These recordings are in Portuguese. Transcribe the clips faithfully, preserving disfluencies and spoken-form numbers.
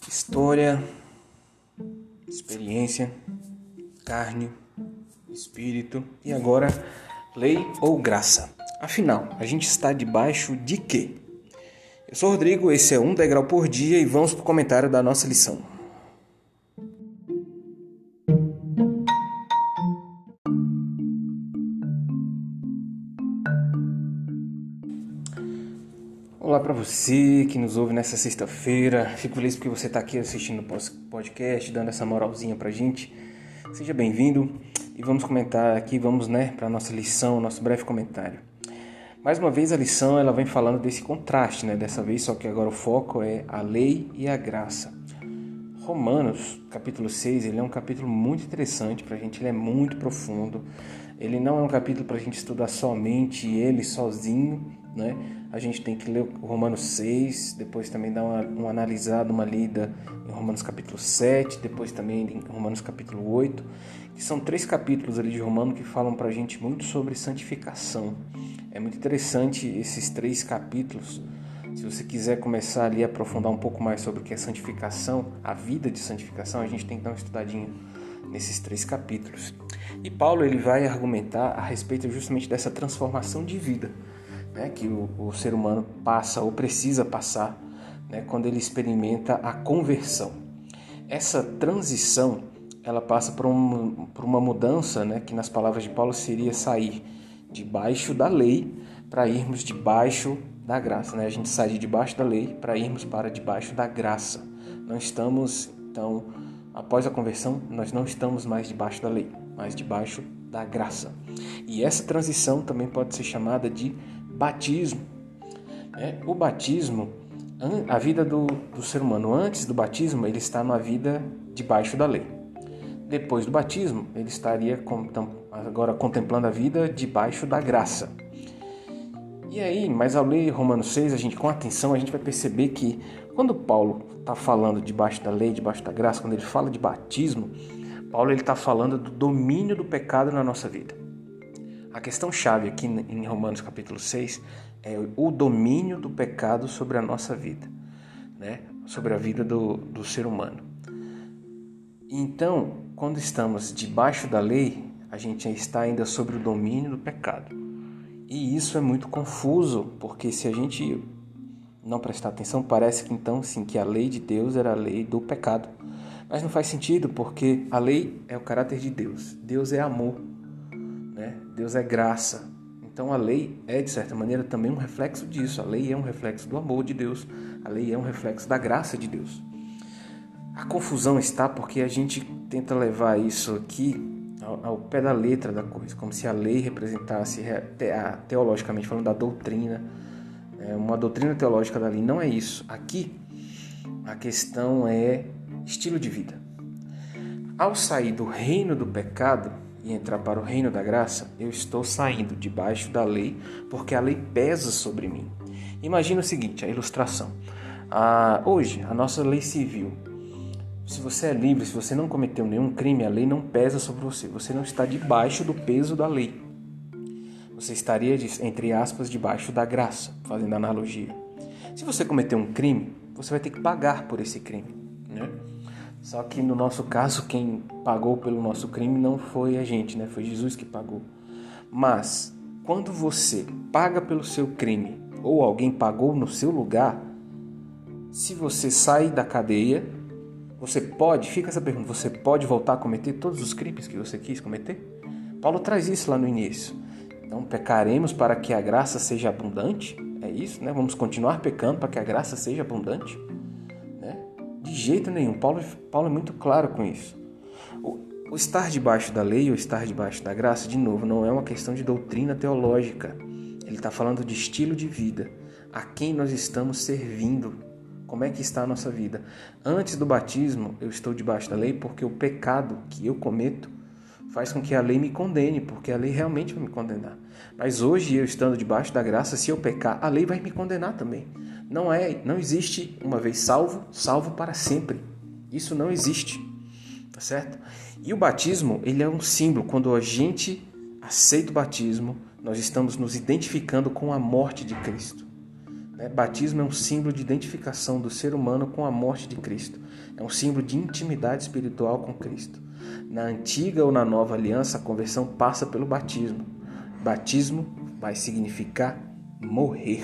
História, experiência, carne, espírito e agora lei ou graça. Afinal, a gente está debaixo de quê? Eu sou o Rodrigo, esse é Um Degrau por Dia e vamos para o comentário da nossa lição. Olá para você que nos ouve nessa sexta-feira. Fico feliz porque você está aqui assistindo o podcast, dando essa moralzinha pra gente. Seja bem-vindo e vamos comentar aqui, vamos né, para a nossa lição, nosso breve comentário. Mais uma vez a lição ela vem falando desse contraste, né? Dessa vez, só que agora o foco é a lei e a graça. Romanos, capítulo seis, ele é um capítulo muito interessante para a gente, ele é muito profundo. Ele não é um capítulo para a gente estudar somente ele sozinho, né? A gente tem que ler o Romanos seis, depois também dar uma, uma analisada, uma lida em Romanos capítulo sete, depois também em Romanos capítulo oito, que são três capítulos ali de Romanos que falam para a gente muito sobre santificação. É muito interessante esses três capítulos. Se você quiser começar ali a aprofundar um pouco mais sobre o que é santificação, a vida de santificação, a gente tem que dar uma estudadinha nesses três capítulos. E Paulo ele vai argumentar a respeito justamente dessa transformação de vida, né, que o, o ser humano passa ou precisa passar, né, quando ele experimenta a conversão. Essa transição ela passa por, um, por uma mudança, né, que nas palavras de Paulo seria sair debaixo da lei para irmos debaixo da graça, né? A gente sai de debaixo da lei para irmos para debaixo da graça. Não estamos, então, após a conversão, nós não estamos mais debaixo da lei, mas debaixo da graça. E essa transição também pode ser chamada de batismo. Né? O batismo, a vida do, do ser humano antes do batismo, ele está numa vida debaixo da lei. Depois do batismo, ele estaria agora contemplando a vida debaixo da graça. E aí, mas ao ler Romanos seis, a gente, com atenção, a gente vai perceber que quando Paulo está falando debaixo da lei, debaixo da graça, quando ele fala de batismo, Paulo está falando do domínio do pecado na nossa vida. A questão chave aqui em Romanos capítulo seis é o domínio do pecado sobre a nossa vida, né? Sobre a vida do, do ser humano. Então, quando estamos debaixo da lei, a gente está ainda sobre o domínio do pecado. E isso é muito confuso, porque se a gente não prestar atenção, parece que então sim, que a lei de Deus era a lei do pecado. Mas não faz sentido, porque a lei é o caráter de Deus. Deus é amor, né? Deus é graça. Então a lei é, de certa maneira, também um reflexo disso. A lei é um reflexo do amor de Deus. A lei é um reflexo da graça de Deus. A confusão está porque a gente tenta levar isso aqui ao, ao pé da letra da coisa, como se a lei representasse, teologicamente falando, da doutrina, é uma doutrina teológica da lei. Não é isso. Aqui, a questão é estilo de vida. Ao sair do reino do pecado e entrar para o reino da graça, eu estou saindo debaixo da lei, porque a lei pesa sobre mim. Imagina o seguinte, a ilustração. Ah, hoje, a nossa lei civil, se você é livre, se você não cometeu nenhum crime, a lei não pesa sobre você. Você não está debaixo do peso da lei. Você estaria, entre aspas, debaixo da graça, fazendo analogia. Se você cometeu um crime, você vai ter que pagar por esse crime, né? Só que no nosso caso, quem pagou pelo nosso crime não foi a gente, né? Foi Jesus que pagou. Mas, quando você paga pelo seu crime, ou alguém pagou no seu lugar, se você sai da cadeia, você pode, fica essa pergunta, você pode voltar a cometer todos os crimes que você quis cometer? Paulo traz isso lá no início. Então, pecaremos para que a graça seja abundante? É isso, né? Vamos continuar pecando para que a graça seja abundante? Né? De jeito nenhum. Paulo, Paulo é muito claro com isso. O, o estar debaixo da lei ou estar debaixo da graça, de novo, não é uma questão de doutrina teológica. Ele está falando de estilo de vida. A quem nós estamos servindo? Como é que está a nossa vida? Antes do batismo, eu estou debaixo da lei porque o pecado que eu cometo faz com que a lei me condene, porque a lei realmente vai me condenar. Mas hoje, eu estando debaixo da graça, se eu pecar, a lei vai me condenar também. Não é, não existe uma vez salvo, salvo para sempre. Isso não existe, tá certo? E o batismo, ele é um símbolo. Quando a gente aceita o batismo, nós estamos nos identificando com a morte de Cristo. Né? Batismo é um símbolo de identificação do ser humano com a morte de Cristo. É um símbolo de intimidade espiritual com Cristo. Na antiga ou na nova aliança, a conversão passa pelo batismo. Batismo vai significar morrer.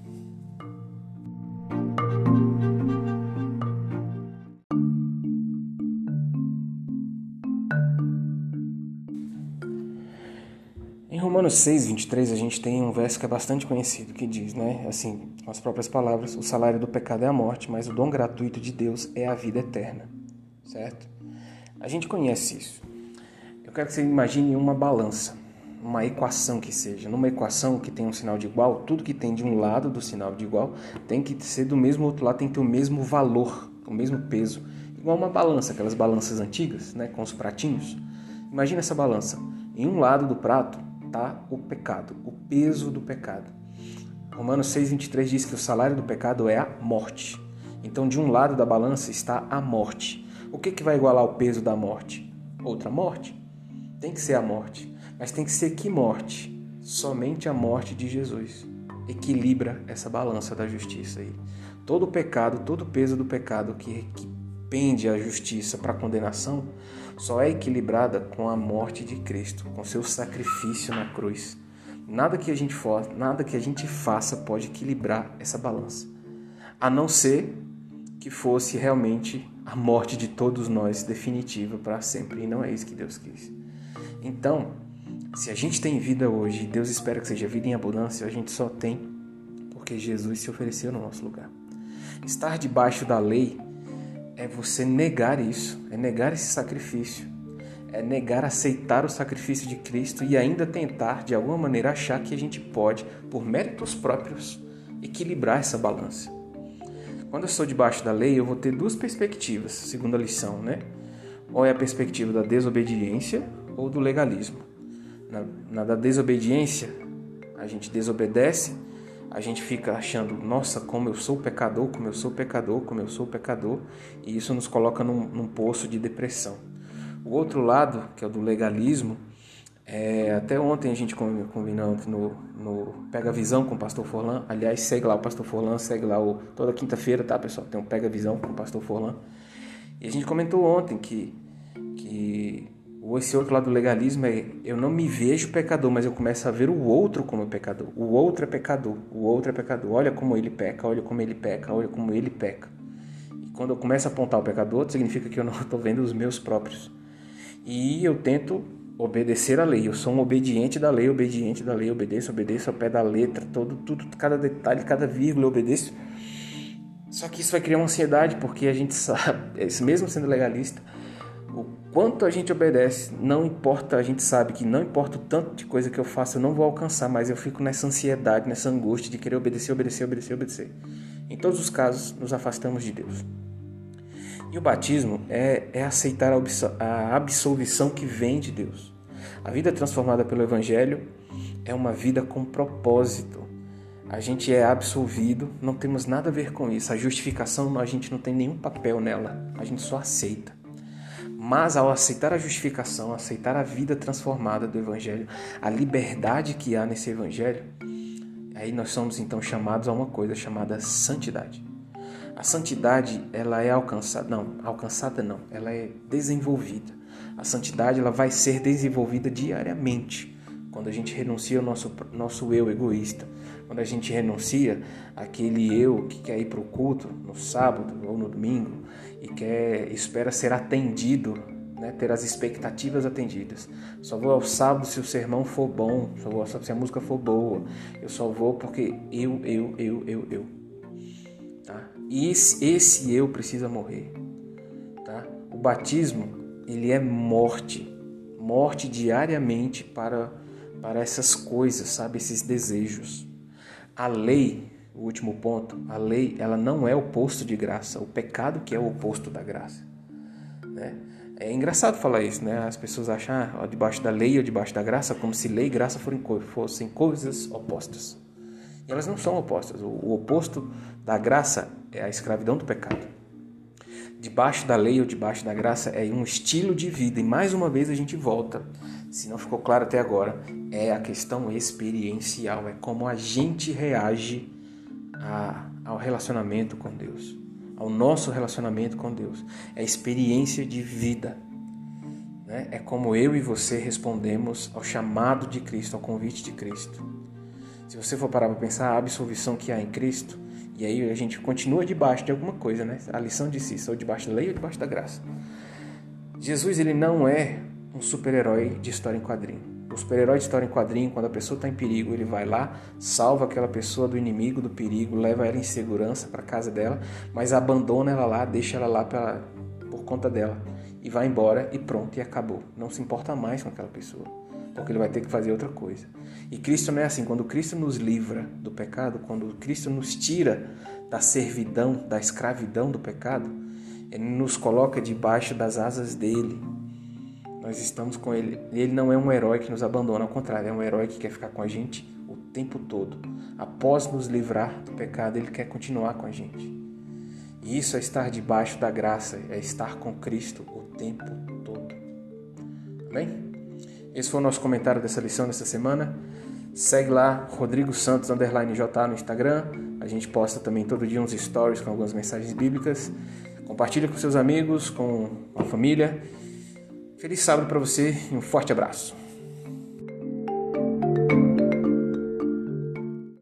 Em Romanos seis, vinte e três, a gente tem um verso que é bastante conhecido, que diz, né, assim, com as próprias palavras, o salário do pecado é a morte, mas o dom gratuito de Deus é a vida eterna, certo? A gente conhece isso. Eu quero que você imagine uma balança, uma equação que seja. Numa equação que tem um sinal de igual, tudo que tem de um lado do sinal de igual tem que ser do mesmo outro lado, tem que ter o mesmo valor, o mesmo peso. Igual uma balança, aquelas balanças antigas, né, com os pratinhos. Imagina essa balança. Em um lado do prato está o pecado, o peso do pecado. Romanos seis, vinte e três diz que o salário do pecado é a morte. Então, de um lado da balança está a morte. O que, que vai igualar o peso da morte? Outra morte. Tem que ser a morte. Mas tem que ser que morte? Somente a morte de Jesus equilibra essa balança da justiça aí. Todo o pecado, todo o peso do pecado que, que pende a justiça para a condenação só é equilibrada com a morte de Cristo, com seu sacrifício na cruz. Nada que a gente for, nada que a gente faça pode equilibrar essa balança, a não ser que fosse realmente a morte de todos nós definitiva para sempre, e não é isso que Deus quis. Então, se a gente tem vida hoje e Deus espera que seja vida em abundância, a gente só tem porque Jesus se ofereceu no nosso lugar. Estar debaixo da lei é você negar isso, é negar esse sacrifício, é negar aceitar o sacrifício de Cristo e ainda tentar, de alguma maneira, achar que a gente pode, por méritos próprios, equilibrar essa balança. Quando eu estou debaixo da lei, eu vou ter duas perspectivas, segundo a lição, né? Ou é a perspectiva da desobediência ou do legalismo. Na, na da desobediência, a gente desobedece, a gente fica achando, nossa, como eu sou pecador, como eu sou pecador, como eu sou pecador, e isso nos coloca num, num poço de depressão. O outro lado, que é o do legalismo, é, até ontem a gente combinou no, no Pega Visão com o Pastor Forlan. Aliás, segue lá o Pastor Forlan, segue lá o, toda quinta-feira, tá, pessoal? Tem um Pega Visão com o Pastor Forlan. E a gente comentou ontem que, que esse outro lado do legalismo é eu não me vejo pecador, mas eu começo a ver o outro como pecador. O outro é pecador, o outro é pecador. Olha como ele peca, olha como ele peca, olha como ele peca. E quando eu começo a apontar o pecador, significa que eu não estou vendo os meus próprios. E eu tento obedecer a lei. Eu sou um obediente da lei, obediente da lei, obedeço, obedeço ao pé da letra, todo, tudo, cada detalhe, cada vírgula eu obedeço. Só que isso vai criar uma ansiedade, porque a gente sabe, mesmo sendo legalista, o quanto a gente obedece, não importa, a gente sabe que não importa o tanto de coisa que eu faço, eu não vou alcançar, mas eu fico nessa ansiedade, nessa angústia de querer obedecer, obedecer, obedecer, obedecer. Em todos os casos, nos afastamos de Deus. E o batismo é, é aceitar a absolvição que vem de Deus. A vida transformada pelo Evangelho é uma vida com propósito. A gente é absolvido, não temos nada a ver com isso. A justificação, a gente não tem nenhum papel nela, a gente só aceita. Mas ao aceitar a justificação, aceitar a vida transformada do Evangelho, a liberdade que há nesse Evangelho, aí nós somos então chamados a uma coisa chamada santidade. A santidade, ela é alcançada, não, alcançada não, ela é desenvolvida. A santidade, ela vai ser desenvolvida diariamente, quando a gente renuncia ao nosso, nosso eu egoísta, quando a gente renuncia àquele eu que quer ir para o culto no sábado ou no domingo e quer, espera ser atendido, né, ter as expectativas atendidas. Só vou ao sábado se o sermão for bom, só vou ao sábado se a música for boa, eu só vou porque eu, eu, eu, eu, eu. Tá? E esse, esse eu precisa morrer. Tá? O batismo, ele é morte, morte diariamente para, para essas coisas, sabe? Esses desejos. A lei, o último ponto, a lei, ela não é o oposto de graça, o pecado que é o oposto da graça. Né? É engraçado falar isso, né? As pessoas acham, ah, ó, debaixo da lei ou debaixo da graça, como se lei e graça fossem coisas opostas. E elas não são opostas. O oposto da graça é a escravidão do pecado. Debaixo da lei ou debaixo da graça é um estilo de vida. E mais uma vez a gente volta, se não ficou claro até agora, é a questão experiencial. É como a gente reage a, ao relacionamento com Deus, ao nosso relacionamento com Deus. É experiência de vida. Né? É como eu e você respondemos ao chamado de Cristo, ao convite de Cristo. Se você for parar para pensar a absolvição que há em Cristo, e aí a gente continua debaixo de alguma coisa, né? A lição de si, sou debaixo da lei ou debaixo da graça. Jesus, ele não é um super-herói de história em quadrinho. O super-herói de história em quadrinho, quando a pessoa está em perigo, ele vai lá, salva aquela pessoa do inimigo, do perigo, leva ela em segurança para casa dela, mas abandona ela lá, deixa ela lá pra, por conta dela, e vai embora e pronto, e acabou. Não se importa mais com aquela pessoa, porque ele vai ter que fazer outra coisa. E Cristo não é assim. Quando Cristo nos livra do pecado, quando Cristo nos tira da servidão, da escravidão do pecado, ele nos coloca debaixo das asas dele. Nós estamos com ele. Ele não é um herói que nos abandona, ao contrário, é um herói que quer ficar com a gente o tempo todo. Após nos livrar do pecado, ele quer continuar com a gente. E isso é estar debaixo da graça, é estar com Cristo o tempo todo. Amém? Esse foi o nosso comentário dessa lição dessa semana. Segue lá, Rodrigo Santos, underline J no Instagram. A gente posta também todo dia uns stories com algumas mensagens bíblicas. Compartilha com seus amigos, com a família. Feliz sábado para você e um forte abraço.